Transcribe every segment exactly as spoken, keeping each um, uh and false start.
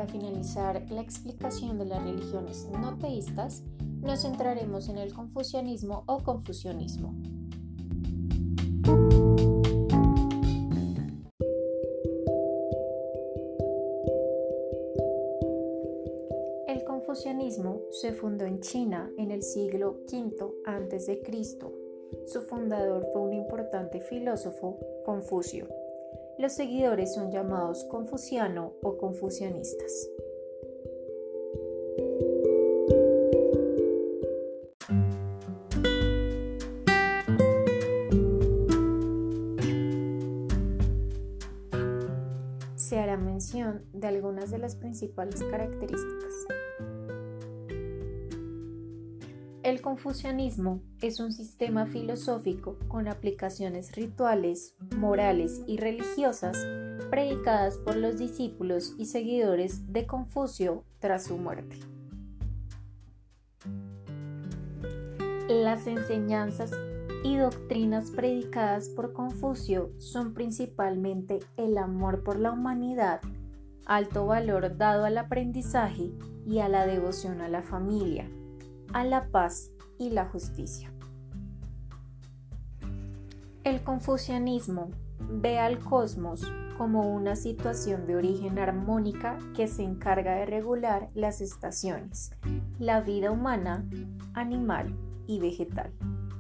finalizar la explicación de las religiones no teístas, nos centraremos en el confucianismo o confucianismo. El confucianismo se fundó en China en el siglo quinto antes de Cristo. Su fundador fue un importante filósofo, Confucio. Los seguidores son llamados confuciano o confucianistas. Se hará mención de algunas de las principales características. El confucianismo es un sistema filosófico con aplicaciones rituales, morales y religiosas predicadas por los discípulos y seguidores de Confucio tras su muerte. Las enseñanzas y doctrinas predicadas por Confucio son principalmente el amor por la humanidad, alto valor dado al aprendizaje y a la devoción a la familia, a la paz y la justicia. El confucianismo ve al cosmos como una situación de origen armónica que se encarga de regular las estaciones, la vida humana, animal y vegetal.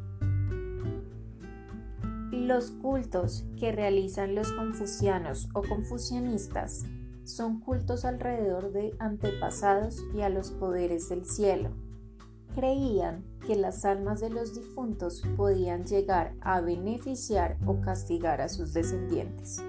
Los cultos que realizan los confucianos o confucianistas son cultos alrededor de antepasados y a los poderes del cielo. Creían que las almas de los difuntos podían llegar a beneficiar o castigar a sus descendientes.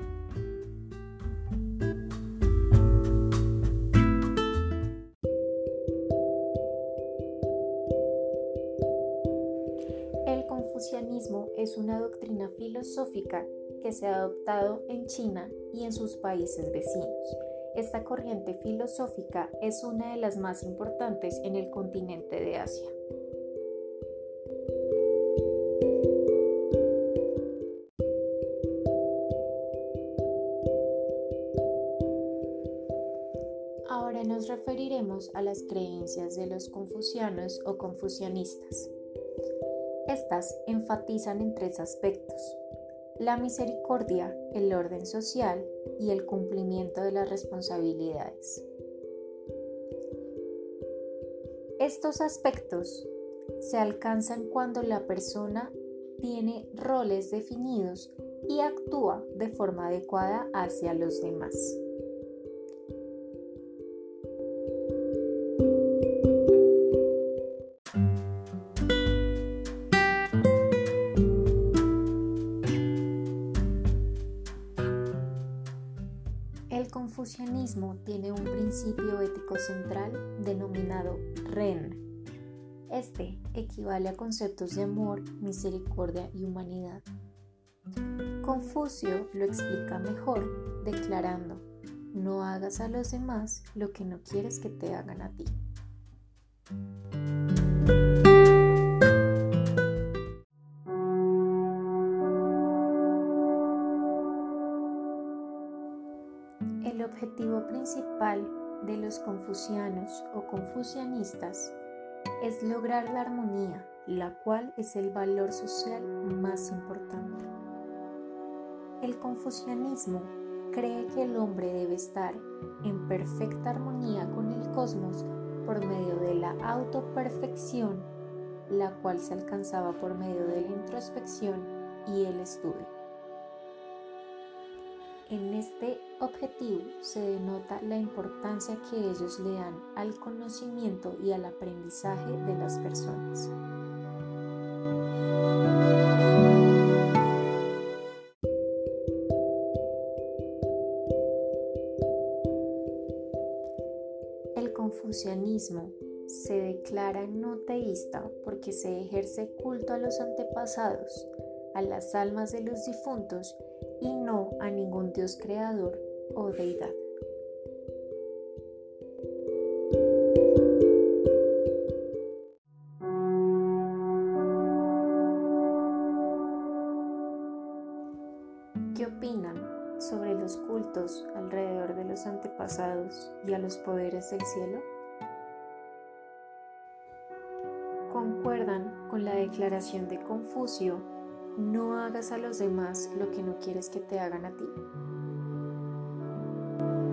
El confucianismo es una doctrina filosófica que se ha adoptado en China y en sus países vecinos. Esta corriente filosófica es una de las más importantes en el continente de Asia. Ahora nos referiremos a las creencias de los confucianos o confucianistas. Estas enfatizan en tres aspectos: la misericordia, el orden social y el cumplimiento de las responsabilidades. Estos aspectos se alcanzan cuando la persona tiene roles definidos y actúa de forma adecuada hacia los demás. El confucianismo tiene un principio ético central denominado Ren. Este equivale a conceptos de amor, misericordia y humanidad. Confucio lo explica mejor, declarando: no hagas a los demás lo que no quieres que te hagan a ti. El objetivo principal de los confucianos o confucianistas es lograr la armonía, la cual es el valor social más importante. El confucianismo cree que el hombre debe estar en perfecta armonía con el cosmos por medio de la autoperfección, la cual se alcanzaba por medio de la introspección y el estudio. En este objetivo se denota la importancia que ellos le dan al conocimiento y al aprendizaje de las personas. El confucianismo se declara no teísta porque se ejerce culto a los antepasados, a las almas de los difuntos y no a ningún dios creador o deidad. ¿Qué opinan sobre los cultos alrededor de los antepasados y a los poderes del cielo? Concuerdan con la declaración de Confucio: no hagas a los demás lo que no quieres que te hagan a ti.